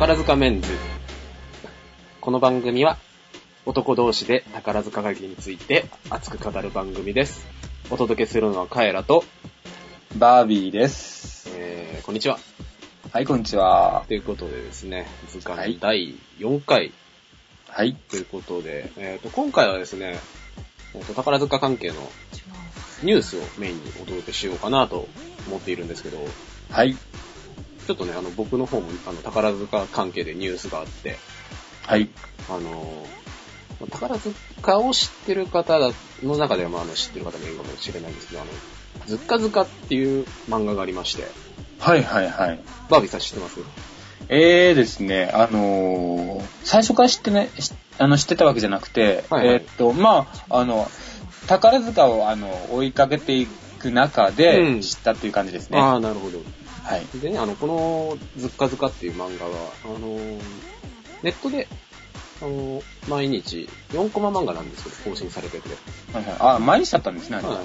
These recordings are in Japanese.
宝塚メンズ。この番組は男同士で宝塚会議について熱く語る番組です。お届けするのはカエラとバービーです。 こんにちは。 はい、こんにちは。 ということでですね、図鑑第4回、 はい、 ということで、今回はですね、宝塚関係のニュースをメインにお届けしようかなと思っているんですけど、 はい。 ちょっとね、僕の方も宝塚関係でニュースがあって、 はい。 宝塚を知ってる方の中では、知ってる方もいるかもしれないんですけど、ずっかずかっていう漫画がありまして。 はいはいはい。 バービーさん知ってます？ ですね、最初から知ってたわけじゃなくて、 はいはい、 宝塚を追いかけていく中で知ったっていう感じですね。 ああ、なるほど。 はい。 でね、このずっかずかっていう漫画は、ネットで、毎日4コマ漫画なんですけど、更新されてて。 はいはい。あ、毎日だったんですね。 はい。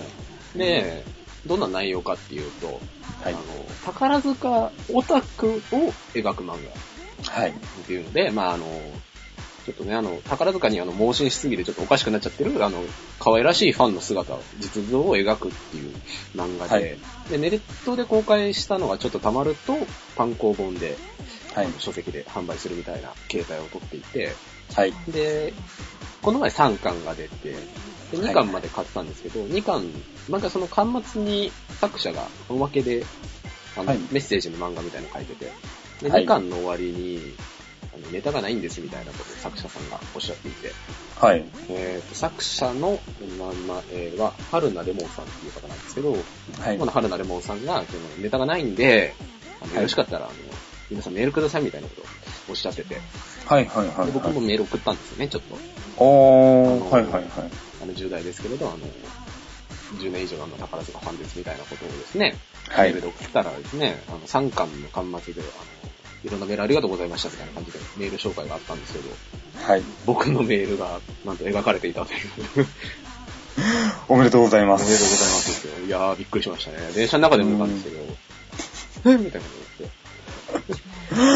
で、どんな内容かっていうと、 はい、 宝塚オタクを描く漫画。 はい。 っていうので、ちょっとね、宝塚に盲信しすぎてちょっとおかしくなっちゃってる、可愛らしいファンの姿実像を描くっていう漫画で、はい、で、ネットで公開したのがちょっと溜まると、単行本で、はい、書籍で販売するみたいな形態をとっていて、はい。で、この前3巻が出て、で2巻まで買ったんですけど、2巻、なんかその巻末に作者がおまけで、はい、メッセージの漫画みたいなの書いてて、で、2巻の終わりに、ネタがないんですみたいなことを作者さんがおっしゃっていて、はい。作者の名前は、春名レモンさんっていう方なんですけど、はい。この春名レモンさんが、ネタがないんで、よろしかったら、皆さんメールくださいみたいなことをおっしゃってて、はいはいはい、はい。で僕もメール送ったんですよね、ちょっと。はいはいはい。10代ですけれど、10年以上宝塚ファンですみたいなことをですね、はい。メールで送ったらですね、3巻の巻末で、いろんなメールありがとうございましたみたいな感じでメール紹介があったんですけど、はい。僕のメールがなんと描かれていたという。 おめでとうございます。 おめでとうございますですよ。いやーびっくりしましたね。電車の中でも見たんですけど、みたいなこと言って。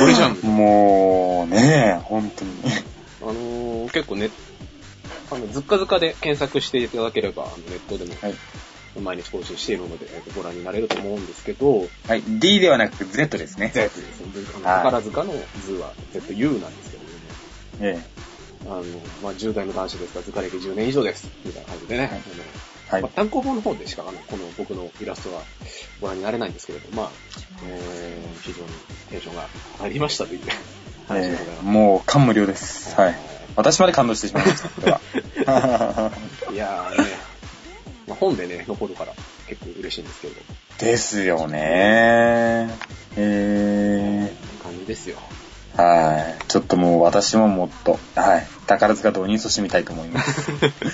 俺じゃん。 もうね、本当に。 結構ね、ずっかずかで検索していただければ、ネットでも、はい。毎日更新しているので、ご覧になれると思うんですけど、 はい。D ではなく Z ですね。 Z ですね。宝塚の図は ZU なんですけどね。ええ。10代の男子ですが、図鑑歴10年以上です。みたいな感じでね。はい。単行本の方でしか、この僕のイラストはご覧になれないんですけれど、非常にテンションが上がりましたという話でございます。 もう感無量です。はい。私まで感動してしまいました。これは。 いやーね。本でね、残るから結構嬉しいんですけれど。 ですよね感じですよ。 はい。ちょっともう私ももっと、はい。宝塚導入としてみたいと思います。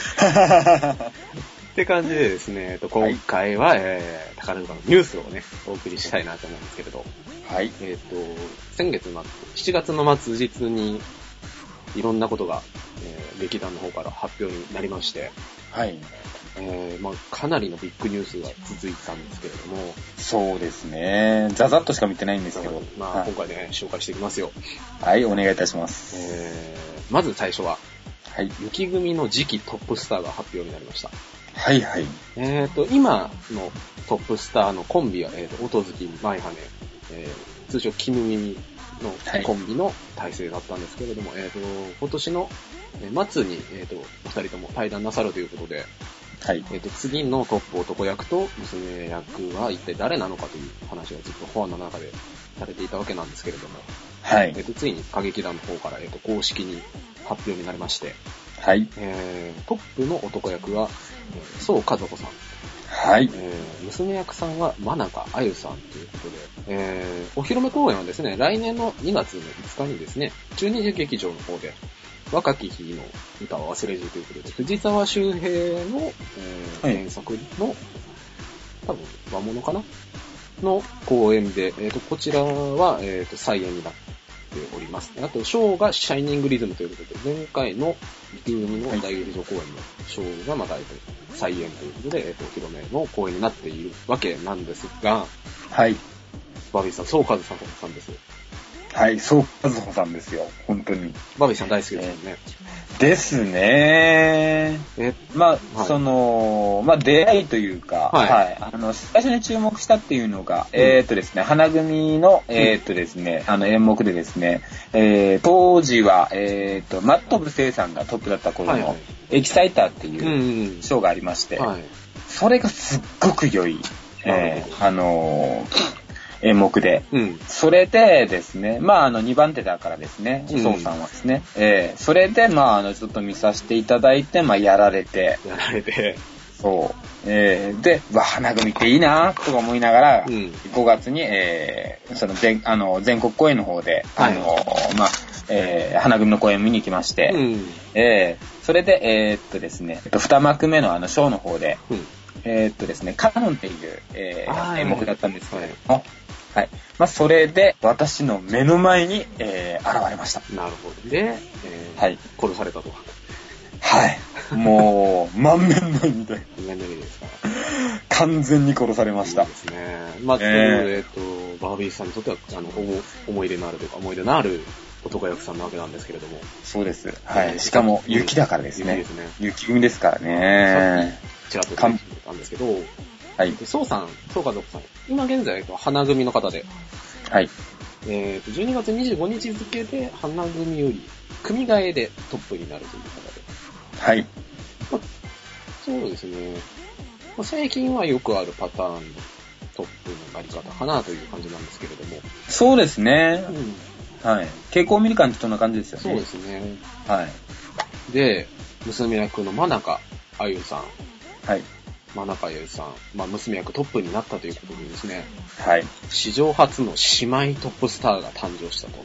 って感じでですね、今回は、宝塚のニュースをね、お送りしたいなと思うんですけれど。はい。先月末、7月の末日に、いろんなことが、劇団の方から発表になりまして。はい。かなりのビッグニュースが続いたんですけれども。 そうですね。ざざっとしか見てないんですけど。 今回ね、紹介していきますよ。 はい、お願いいたします。 まず最初は、はい。雪組の次期トップスターが発表になりました。 はいはい。 今のトップスターのコンビは、音月舞羽、通称絹耳のコンビの体制だったんですけれども、今年の末に、お二人とも対談なさるということで、はい。次のトップ男役と娘役は一体誰なのかという話がずっとファンの中でされていたわけなんですけれども、はい。ついに歌劇団の方から、公式に発表になりまして、はい。トップの男役は、宋和子さん。はい。娘役さんは真中あゆさんということで、お披露目公演はですね、来年の2月の5日にですね、中日劇場の方で、若き日の歌は忘れずということで、藤沢周平の、原作の、多分和物かなの公演で、こちらは、再演になっております。あと、ショーがシャイニングリズムということで、前回の雪組の大劇場公演のショーがまた、再演ということで、お披露目の公演になっているわけなんですが、はい。バービーさん、宋和さんです。 はい、そう、和穂さんですよ。本当に。 バビーさん大好きですよね。 ですね。まあ、 はい、 まあ、出会いというか、 はい。 はい。最初に注目したっていうのが、ですね、花組の、ですね、演目でですね、当時は、マットブセイさんがトップだった頃の、エキサイターっていうショーがありまして、はい、それがすっごく良い、演目で、それでですね、まあ2番手だからですね、宋さんはですね、それでまあちょっと見させていただいて、まあやられて、そう、で、花組っていいなとか思いながら、5月に、その全国公演の方で、まあ花組の公演見に行きまして、それでですね、2幕目のショーの方で、ですね、カノンっていう、演目だったんですけれども、はい。まあ、それで、私の目の前に、現れました。 なるほど。で、はい。殺されたと。 はい。もう、満面の意味で。 満面の意味ですか。 完全に殺されました。 そうですね。まあ、バービーさんにとっては、思い出のあるというか、思い出のある男役さんなわけなんですけれども。 そうです。はい。しかも、雪だからですね。雪ですね。雪組ですからね。 さっき、ちらっと言ったんですけど、はい。宋家族さん。今現在、花組の方で。 はい。 12月25日付で花組より、組替えでトップになるという方で。 はい。 まあ、そうですね。まあ、最近はよくあるパターンのトップのなり方かなという感じなんですけれども。 そうですね。はい。傾向を見る感じそんな感じですよね。 そうですね。 はい。 で、娘役の真中あゆさん。 はい。 真中あゆさん、まあ、娘役トップになったということでですね、 はい。 史上初の姉妹トップスターが誕生したと。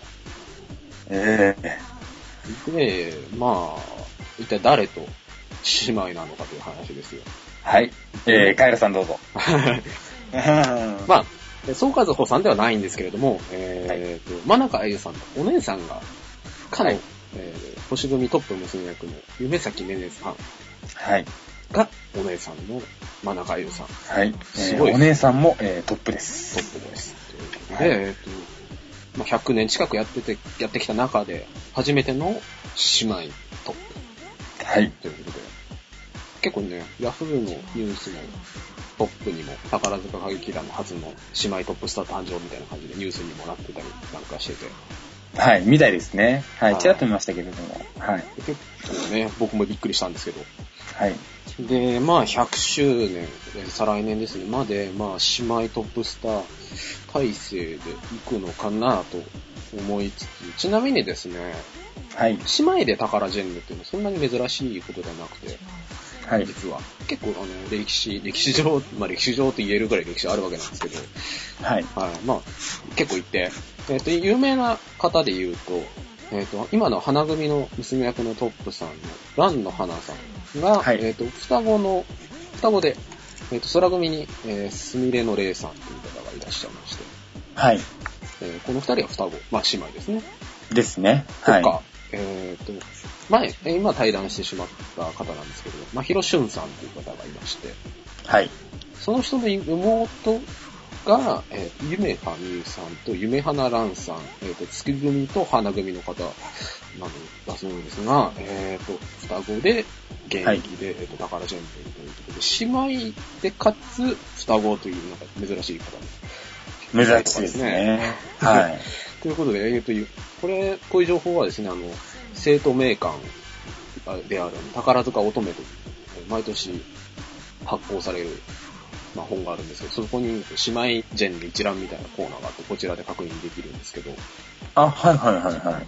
で、まあ、一体誰と姉妹なのかという話ですよ。 はい。カエラさんどうぞ。 まあ、宋和穂さんではないんですけれども、真中あゆさんのお姉さんが、星組トップ娘役の夢咲ねねさん。 はい。 が、お姉さんの真中あゆさん。 はい。すごい。お姉さんも、トップです。 トップです。ということで、まあ、100年近くやってきた中で、初めての姉妹トップ。 はい。 ということで、結構ね、ヤフーのニュースのトップにも、宝塚歌劇団の初の姉妹トップスター誕生みたいな感じでニュースにもなってたりなんかしてて。 はい、みたいですね。はい、ちらっと見ましたけれども。はい。 結構ね、僕もびっくりしたんですけど。 はい。 で、まあ100周年、再来年ですね、まで、まあ姉妹トップスター体制で行くのかなと思いつつ、ちなみにですね、 はい。 姉妹で宝ジェンヌっていうのはそんなに珍しいことではなくて、 はい。 実は。結構歴史上、まあ歴史上と言えるぐらい歴史あるわけなんですけど、 はい。 はい。まあ、結構いて、有名な方で言うと、今の花組の娘役のトップさんの蘭の花さんが、はい、双子で、空組に、すみれのれいさんという方がいらっしゃいまして、 はい。 この二人は双子、まあ姉妹ですね。 ですね。はい。 とか、今対談してしまった方なんですけど、まあ、ひろしゅんさんという方がいまして、はい。その人の妹が、夢葉みゆさんと夢花蘭さん、月組と花組の方なんだそうですが、双子で、現役で、宝ジェンヌということで、姉妹でかつ双子というなんか珍しい方珍しいですね。はい。 ということで、こういう情報はですね、生徒名鑑である宝塚乙女と毎年発行される、まあ、本があるんですけど、そこに姉妹ジェンヌ一覧みたいなコーナーがあって、こちらで確認できるんですけど。 あ、はいはいはいはい。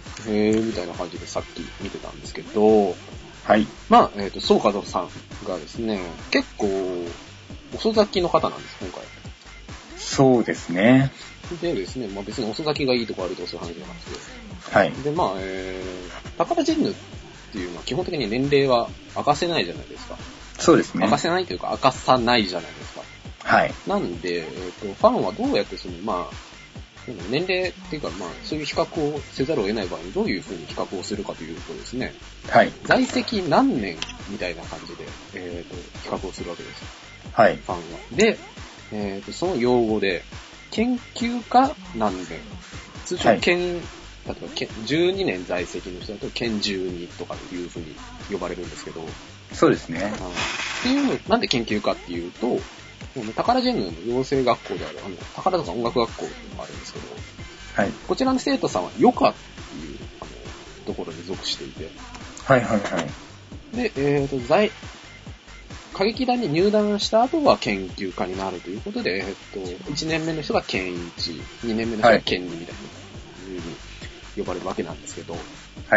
みたいな感じでさっき見てたんですけど、 はい。 まあ、宋和さんがですね、結構、遅咲きの方なんです、今回。 そうですね。 でですね、まあ別に遅咲きがいいとか悪いとかそういう話じゃなくて。 はい。 で、まあ、宝ジェンヌっていうのは基本的に年齢は明かせないじゃないですか。 そうですね。 明かせないというか明かさないじゃないですか。 はい。 なんで、ファンはどうやってまあ、年齢っていうか、まあ、そういう比較をせざるを得ない場合にどういう風に比較をするかというとですね、 はい。 在籍何年みたいな感じで、比較をするわけです。 はい。 ファンは。で、その用語で、研究家何年、 通称県、例えば12年在籍の人だと県12とかいう風に呼ばれるんですけど。 そうですね。 っていうの、なんで研究かっていうと、タカラジェンヌの養成学校である、宝塚音楽学校っていうのがあるんですけど、 はい。 こちらの生徒さんはヨカっていう、ところに属していて。 はいはいはい。 で、歌劇団に入団した後は研究家になるということで、1年目の人が県1、2年目の人が県2みたいな風に呼ばれるわけなんですけど、 はい。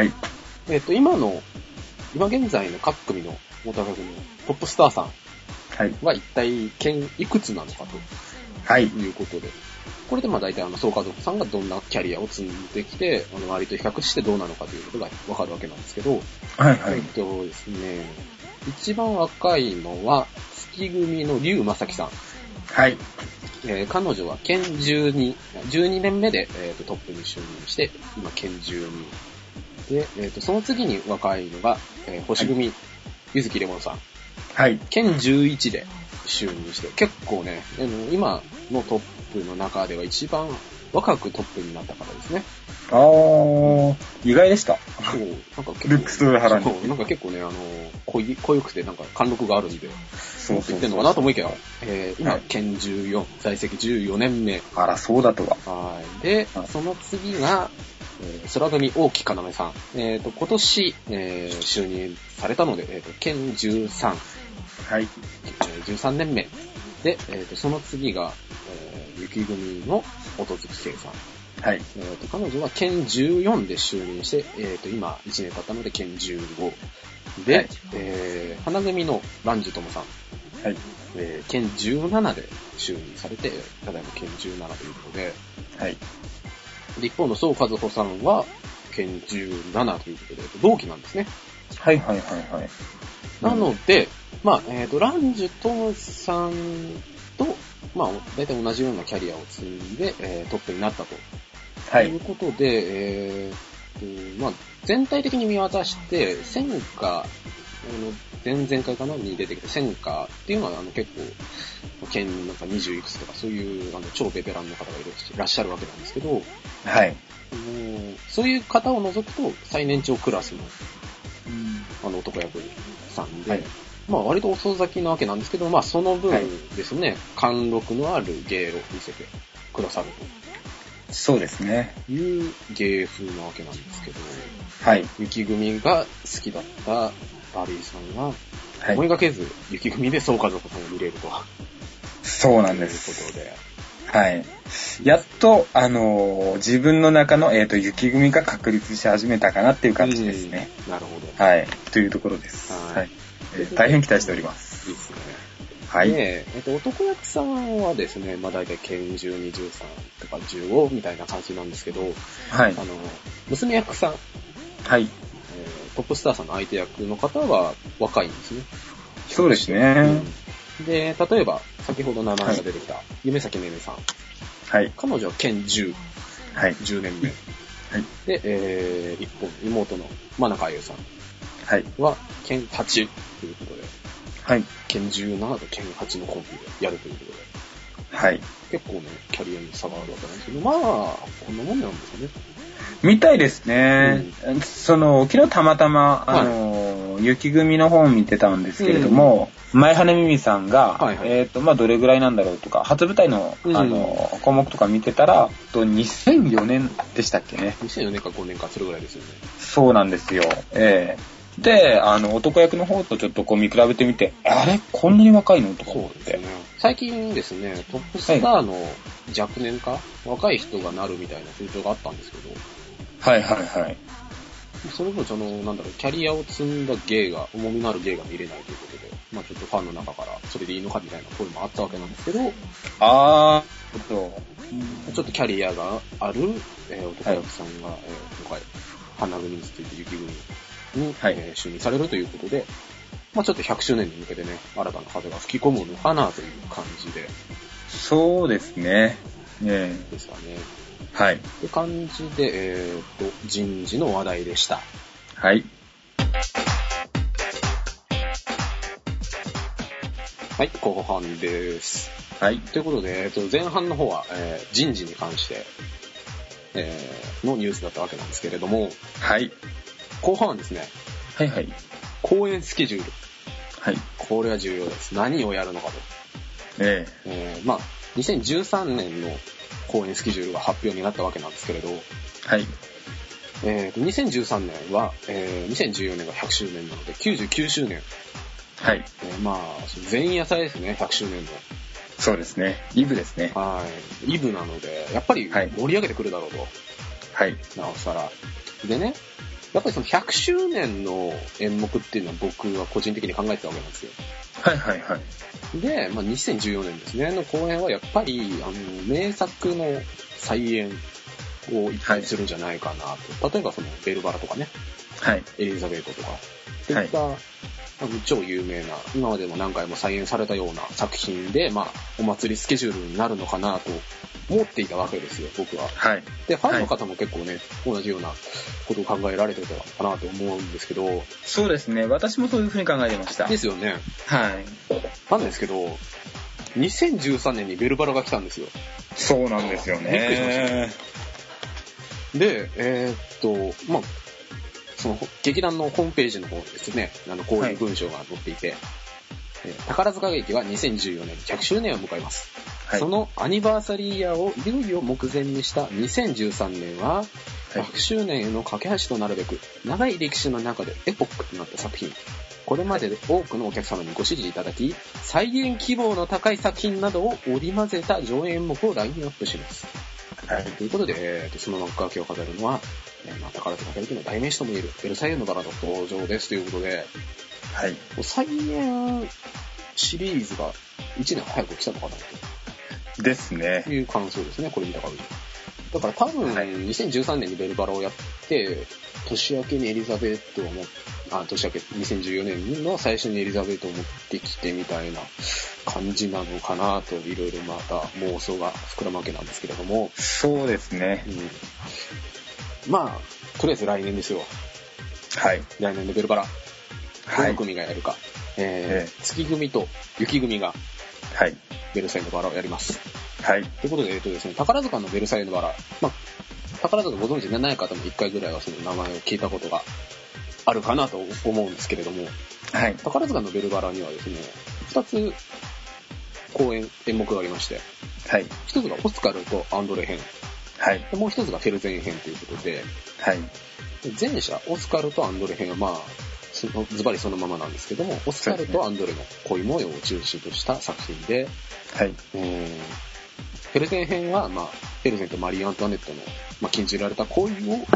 今現在の各組のお互いのトップスターさんは一体県いくつなのかということで、これで大体総和夫さんがどんなキャリアを積んできて、周りと比較してどうなのかということがわかるわけなんですけど、 はいはい。 ですね、一番若いのは月組の龍正樹さん。 はい。 彼女は県12年目で、トップに就任して、今県12。で、その次に若いのが、星組、柚木レモンさん。 はい。 県11で就任して、結構ね、今のトップの中では一番若くトップになった方ですね。 意外でした。 そう、なんか結構。 ルックスの腹に。 そう、なんか結構ね、濃ゆくてなんか貫禄があるんで、 そう言ってんのかなと思いきや、今、県14、在籍14年目。 あら、そうだとは。 はい。で、その次が、空組大木要さん。今年、就任されたので、県13。 はい。 13年目。で、その次が、雪組の音月聖さん。 はい。 彼女は県14で就任して、今1年経ったので県15。で、はい、花組の蘭寿智さん。 はい。 県17で就任されて、ただいま県17ということで、 はい。 一方の宋和穂さんは、県17ということで、同期なんですね。 はいはいはいはい。 なので、蘭寿智さんと、大体同じようなキャリアを積んで、トップになったと。はい。ということで、全体的に見渡して、戦火、前々回かなに出てきた戦火っていうのは、結構、県なんか20いくつとか、そういう、超ベテランの方がいらっしゃるわけなんですけど、 はい。 そういう方を除くと、最年長クラスの、男役さんで、はい、割と遅咲きなわけなんですけど、その分ですね、はい、貫禄のある芸を見せてくださると。 そうですね。 いう芸風なわけなんですけど、 はい。 雪組が好きだったバリーさんが、思いがけず雪組で総家族さんを見れると。 そうなんです。 ということで。 はい。やっと、自分の中の、雪組が確立し始めたかなっていう感じですね。 なるほど。 はい。というところです。はい。大変期待しております。 いいですね。 はい。 男役さんはですね、大体県12、13とか15みたいな感じなんですけど、 はい。 娘役さん。 はい。 トップスターさんの相手役の方は若いんですね。 そうですね。 で、例えば、先ほど名前が出てきた、夢咲めめさん。 はい。 彼女は県10。 はい。 10年目。 はい。 で、一方、妹の真中優さん。 はい。 は、県8ということで。 はい。 県17と県8のコンビでやるということで。 はい。 結構ね、キャリアに差があるわけなんですけど、こんなもんなんですかね。 みたいですね。昨日たまたま、雪組の本を見てたんですけれども、前羽美美さんが、どれぐらいなんだろうとか、初舞台の、項目とか見てたら、2004年でしたっけね。 2004年か5年か、それぐらいですよね。 そうなんですよ。で、男役の方とちょっと見比べてみて、あれこんなに若いのとか思って。 最近ですね、トップスターの若年化、若い人がなるみたいな風潮があったんですけど、 はいはいはい。 その分キャリアを積んだ芸が、重みのある芸が見れないということで、ちょっとファンの中からそれでいいのかみたいな声もあったわけなんですけど、ちょっとキャリアがある、男役さんが、今回、花組について雪組に、就任されるということで、ちょっと100周年に向けてね、新たな風が吹き込むのかなという感じで。 そうですね。 ですかね。 はい。 って感じで、人事の話題でした。 はい。 はい、後半です。 はい。 ということで、前半の方は、人事に関して、 のニュースだったわけなんですけれども、 はい。 後半はですね、 はいはい。 公演スケジュール。 はい。 これは重要です。何をやるのかと。まあ、2013年の公演スケジュールが発表になったわけなんですけれど、 はい。 2013年は、2014年が100周年なので99周年。 はい。 まあ、前夜祭ですね、100周年の。 そうですね。イブですね。 はい。イブなので、やっぱり盛り上げてくるだろうと。 はい。 なおさら。でね、やっぱりその100周年の演目っていうのは僕は個人的に考えてたわけなんですよ。 はいはいはい。 で、まあ、2014年ですね、の公演はやっぱり、名作の再演をいっぱいするんじゃないかなと。例えばそのベルバラとかね。 はい。 エリザベートとか。そういった、超有名な、今までも何回も再演されたような作品で、まあ、お祭りスケジュールになるのかなと思っていたわけですよ、僕は。 はい。 で、ファンの方も結構ね、同じようなことを考えられてたかなと思うんですけど。 そうですね、私もそういう風に考えてました。 ですよね。 はい。 なんですけど、2013年にベルバラが来たんですよ。 そうなんですよね。 びっくりしましたね。で、まあ、その劇団のホームページの方ですね、こういう文章が載っていて、宝塚劇は2014年100周年を迎えます。はい、そのアニバーサリーイヤーをいよいよ目前にした2013年は、100周年への架け橋となるべく、長い歴史の中でエポックとなった作品。これまでで多くのお客様にご支持いただき、再演希望の高い作品などを織り交ぜた上演目をラインナップします。はい、ということで、その幕開けを飾るのは、宝塚歌劇の代名詞とも言えるベルサイユのバラの登場ですということで、はい、再演シリーズが1年早く来たのかなと。ですね。いう感想ですね、これ見た感じ。だから多分、2013年にベルバラをやって、年明けにエリザベートを年明け2014年の最初にエリザベートを持ってきてみたいな感じなのかなと、いろいろまた妄想が膨らむわけなんですけれども。そうですね。まあ、とりあえず来年ですよ。はい。来年のベルバラ。どの組がやるか。月組と雪組が、はい。ベルサイユのバラをやります。はい。ということで、ですね、宝塚のベルサイユのバラ。まあ、宝塚ご存知でない方も一回ぐらいはその名前を聞いたことがあるかなと思うんですけれども、はい。宝塚のベルバラにはですね、2つ演目がありまして、はい。1つがオスカルとアンドレ編。はい。もう1つがフェルゼン編ということで、はい。前者、オスカルとアンドレ編はまあ、ズバリそのままなんですけども、オスカルとアンドレの恋模様を中心とした作品で、はい。フェルゼン編は、まあ、フェルゼンとマリー・アントワネットの、まあ、禁じられた恋を、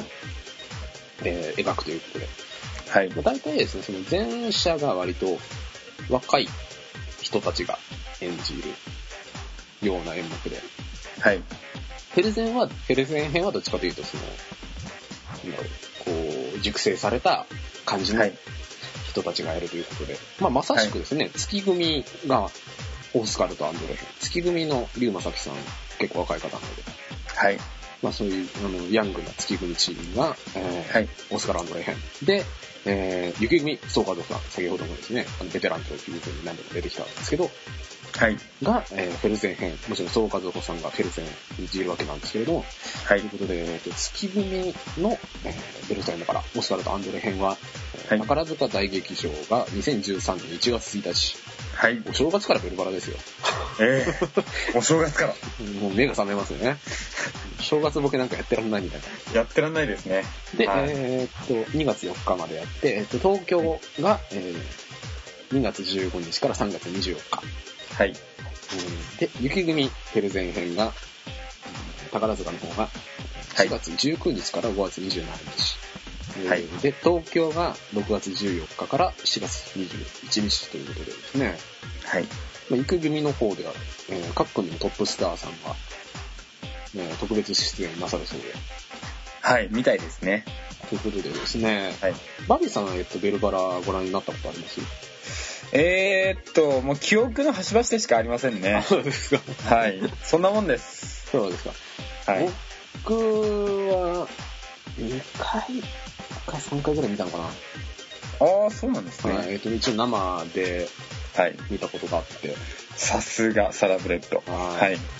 描くということで、はい。まあ、大体ですね、その前者が割と若い人たちが演じるような演目で、はい。フェルゼン編はどっちかというと、その、こう、熟成された感じの人たちがやるということで、まあ、まさしくですね、はい、月組がオスカルとアンドレ編、月組の竜正樹さん、結構若い方なので、はい。まあそういう、ヤングな月組チームが、はい。オスカルアンドレ編。で、雪組、総監督さん、先ほどもですね、ベテランという風に何度も出てきたんですけど、はい。が、フェルゼン編、もちろん総和夫さんがフェルゼンに演じるわけなんですけれども、はい。ということで、月組の、ベルサイユのバラ、オスカルとアンドレ編は、はい、宝塚大劇場が2013年1月1日。はい。お正月からベルバラですよ。お正月からもう目が覚めますよね。正月ボケなんかやってらんないみたいな。やってらんないですね。で、はい、2月4日までやって、東京が、2月15日から3月24日。はい。で、雪組フェルゼン編が、宝塚の方が、4月19日から5月27日。はい。で、東京が6月14日から4月21日ということでですね。はい。まあ、雪組の方では、各組のトップスターさんが、特別出演なさるそうで。はい、みたいですね。ということでですね。はい。バビさんは、ベルバラご覧になったことあります？もう記憶の端々でしかありませんね。そうですか。はい。そんなもんです。そうですか。はい。僕は、2回か3回ぐらい見たのかな。ああ、そうなんですね。はい。一応生で、はい。見たことがあって。さすが、サラブレッド。はい。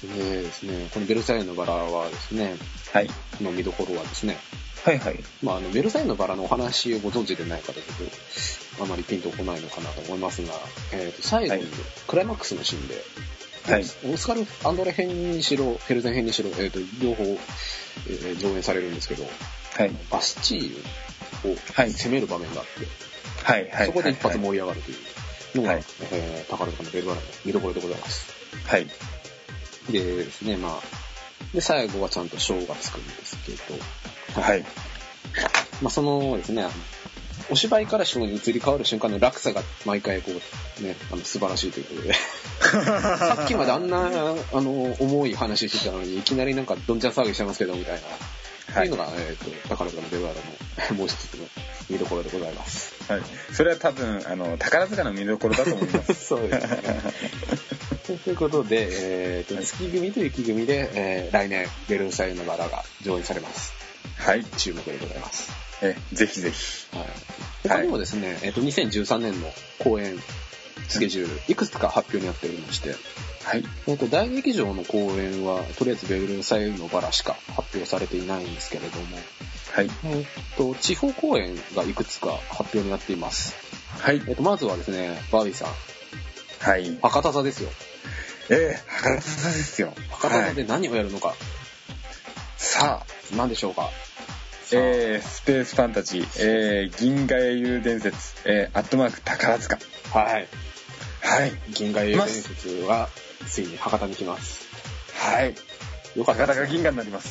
ですね、このベルサイユのバラはですね、 はい。 の見どころはですね、 はいはい。 まあ、ベルサイユのバラのお話をご存知でない方だと、あまりピンとこないのかなと思いますが、最後に、クライマックスのシーンで、はい、オスカル・アンドレ編にしろ、フェルゼン編にしろ、両方、上演されるんですけど、はい、バスチールを攻める場面があって、はいはい、そこで一発盛り上がるというのが、はい、宝塚のベルバラの見どころでございます。はい。でですね、まあ、で、最後はちゃんとショーがつくんですけど、はい。まあ、そのですね、お芝居からショーに移り変わる瞬間の落差が毎回こうね、素晴らしいということで。さっきまであんな、重い話してたのに、いきなりなんかどんちゃん騒ぎしてますけど、みたいな。はい、っていうのが、宝塚のベルバラのもう一つの見どころでございます。 はい。それは多分、宝塚の見どころだと思います。 そうですね。ということで、月組と雪組で、来年、ベルサイユのバラが上演されます。はい。注目でございます。 ぜひぜひ。はい。 他にもですね、2013年の公演スケジュール、いくつか発表になっておりまして、はい。大劇場の公演は、とりあえずベルサイユのバラしか発表されていないんですけれども、はい。地方公演がいくつか発表になっています。はい。まずはですね、バービーさん。はい。博多座ですよ。 博多座ですよ。 博多座で何をやるのか。はい、さあ、何でしょうか。 スペースファンタジー、銀河英雄伝説、宝塚。はい。 はい。銀河英雄伝説は、ついに博多に来ます。 はい。よかった。博多が銀河になります。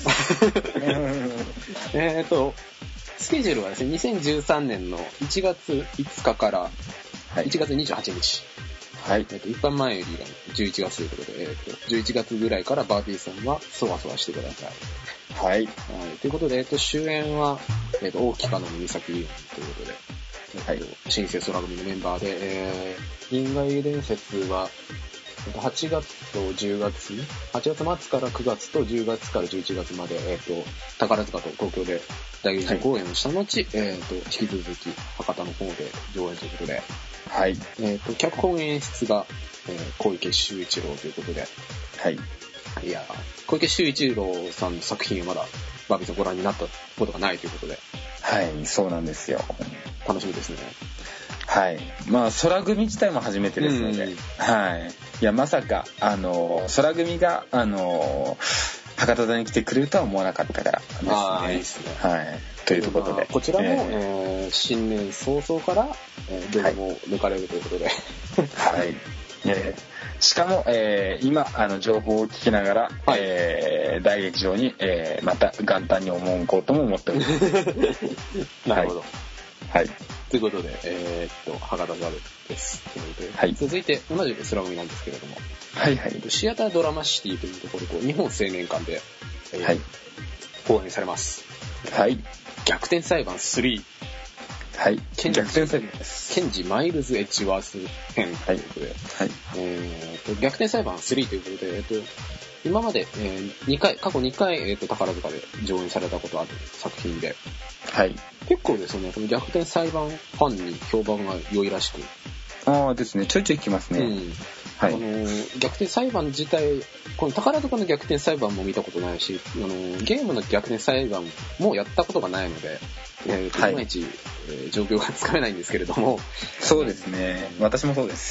スケジュールはですね、2013年の1月5日から1月28日。はい。一般前売りが11月ということで、11月ぐらいからバービーさんはそわそわしてください。はい。ということで、主演は、大木かのみさきということで、はい。新生空組のメンバーで、銀河英雄伝説は、8月と10月、8月末から9月と10月から11月まで、宝塚と東京で大劇場公演をした後、引き続き博多の方で上演ということで、はい。脚本演出が、小池秀一郎ということで、はい。いや、小池秀一郎さんの作品はまだバービーさんご覧になったことがないということで、 はい、そうなんですよ。 楽しみですね。 はい。まあ、空組自体も初めてですので、はい。いや、まさか、空組が、博多座に来てくれるとは思わなかったからですね。 ああ、いいですね。 はい。ということで。 こちらも、新年早々から、どれも抜かれるということで。 はい。しかも、今、情報を聞きながら、はい、大劇場に、また元旦に赴こうとも思っております。 なるほど。 はい。 ということで、博多座です。はい。続いて、同じく空組なんですけれども、はいはい。シアタードラマシティというところと、日本青年館で、はい。公演されます。はい。逆転裁判3。はい。逆転裁判です。ケンジ・マイルズ・エッジワース編ということで、はい。逆転裁判3ということで、今まで、過去2回、宝塚で上演されたことある作品で、はい。結構ですね、この逆転裁判ファンに評判が良いらしく。 ああですね、ちょいちょい来ますね。うん。 はい。逆転裁判自体、この宝塚の逆転裁判も見たことないし、ゲームの逆転裁判もやったことがないので、いまいち、状況がつかめないんですけれども。 そうですね。私もそうです。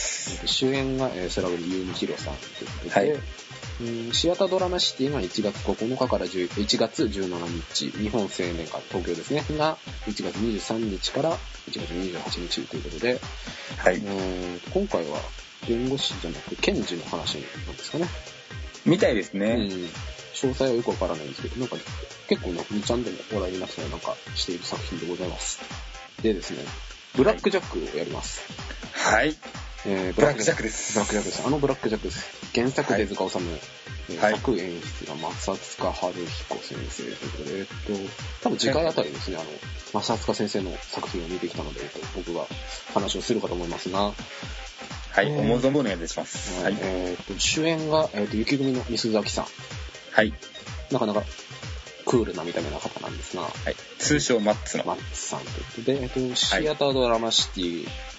主演が、空組ゆうみひろさんということで、はい。シアタードラマシティが1月9日から1月17日、日本青年館東京ですね、が1月23日から1月28日ということで、はい。今回は弁護士じゃなくて検事の話なんですかね。 みたいですね。 詳細はよくわからないんですけど、なんか結構ね、2ちゃんでも話題になってたりなんかしている作品でございます。でですね、ブラックジャックをやります。 はい。ブラックジャックです。 ブラックジャックです。ブラックジャックです。原作手塚治虫、作演出が正塚春彦先生ということで、多分次回あたりですね、正塚先生の作品を見てきたので、僕が話をするかと思いますが、 はい、思う存分お願いします。はい。 主演が、雪組の西崎さん。はい。なかなかクールな見た目の方なんですが、はい。 通称マッツの。 マッツさんということで、シアタードラマシティで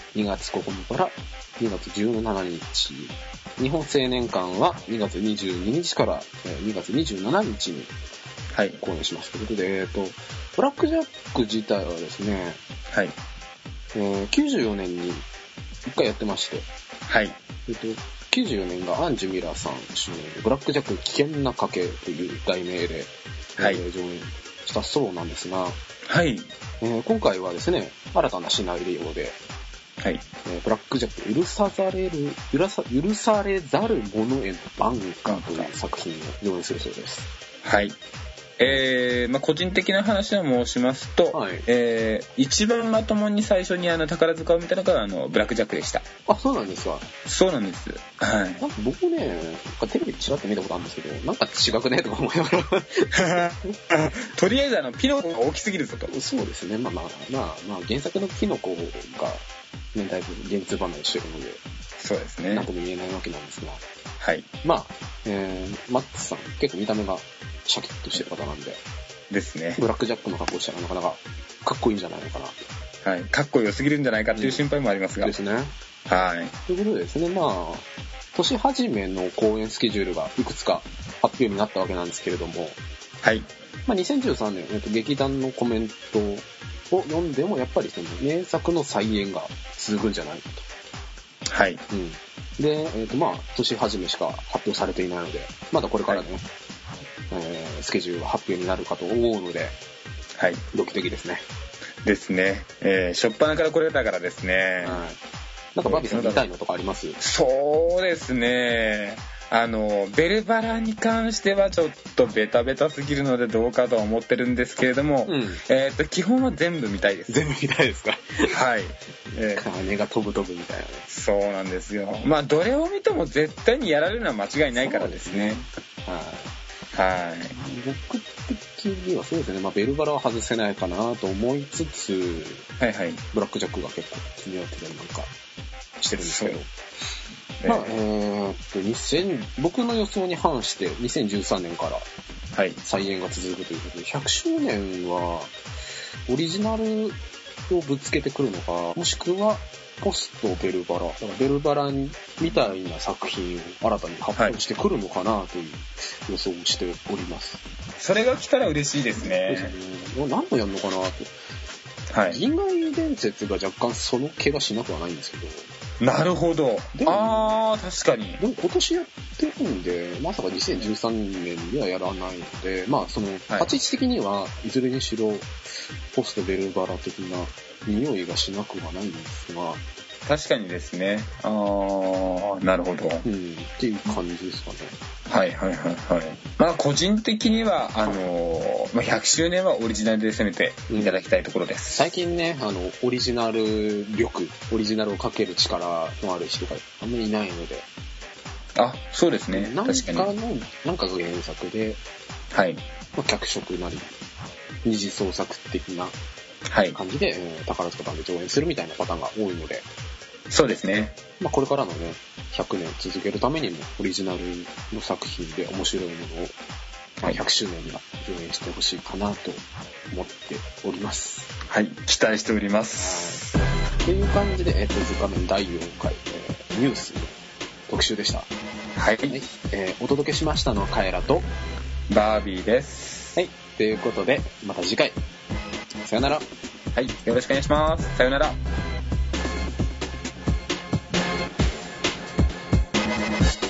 2月9日から2月17日。日本青年館は2月22日から2月27日に公演します。ということで、ブラックジャック自体はですね、 はい。 94年に1回やってまして、 はい。 94年がアンジュ・ミラーさん主演で、ブラックジャック危険な賭けという題名で、上演したそうなんですが、 はい。 今回はですね、新たなシナリオで、 はい。 ブラックジャック許されざる者への挽回という作品を上演するそうです。 はい。個人的な話を申しますと、はい、一番まともに最初に宝塚を見たのがブラックジャックでした。 あ、そうなんですか。 そうなんです。はい。 なんか僕ね、テレビでちらっと見たことあるんですけど、なんか違くねとか思いながら。 とりあえずピノコが大きすぎるぞと。 そうですね。まあ原作のピノコが、ね、だいぶ現実離れしてるので、 そうですね。 なんとも言えないわけなんですが。 はい。 マッツさん、結構見た目がシャキッとしてる方なんで。 ですね。 ブラックジャックの格好したらなかなかかっこいいんじゃないのかなと。 はい。かっこよすぎるんじゃないかっていう心配もありますが。 ですね。 はい。 ということでですね、年始めの公演スケジュールがいくつか発表になったわけなんですけれども、 はい。 2013年、劇団のコメントを読んでも、やっぱりその名作の再演が続くんじゃないかと。 はい。 で、年始めしか発表されていないので、まだこれからね、スケジュールが発表になるかと思うので、 はい。 ドキドキですね。 ですね。初っ端からこれだからですね。 はい。なんかバビさん見たいのとかあります？ そうですね。ベルバラに関してはちょっとベタベタすぎるのでどうかとは思ってるんですけれども、基本は全部見たいです。 全部見たいですか？ はい。 金が飛ぶみたいなね。 そうなんですよ。どれを見ても絶対にやられるのは間違いないからですね。はい。 僕的にはそうですね。ベルバラは外せないかなと思いつつ、 はいはい。 ブラックジャックが結構気になってたりなんかしてるんですけど。僕の予想に反して2013年から再演が続くということで、100周年はオリジナルをぶつけてくるのか、もしくはポストベルバラ、ベルバラみたいな作品を新たに発表してくるのかなという予想をしております。 それが来たら嬉しいですね。 何をやるのかなと。 はい。 銀河伝説が若干その気がしなくはないんですけど。 なるほど。確かに。 でも今年やってるんで、まさか2013年にはやらないので、立ち位置的にはいずれにしろ、ポストベルバラ的な匂いがしなくはないんですが。 確かにですね。なるほど。 っていう感じですかね。 はい。個人的には、100周年はオリジナルで攻めていただきたいところです。 最近ね、オリジナルをかける力のある人があんまりいないので。 あ、そうですね。確かに。 なんかが原作で、 はい。 脚色なり、二次創作的な感じで、宝塚団で上演するみたいなパターンが多いので。 そうですね。 これからのね、100年続けるためにも、オリジナルの作品で面白いものを、100周年には上演してほしいかなと思っております。 はい、期待しております。 という感じで、図鑑面第4回、ニュース特集でした。 はい。 お届けしましたのはカエラとバービーです。 はい。ということで、また次回。さよなら。 はい。よろしくお願いします。さよなら。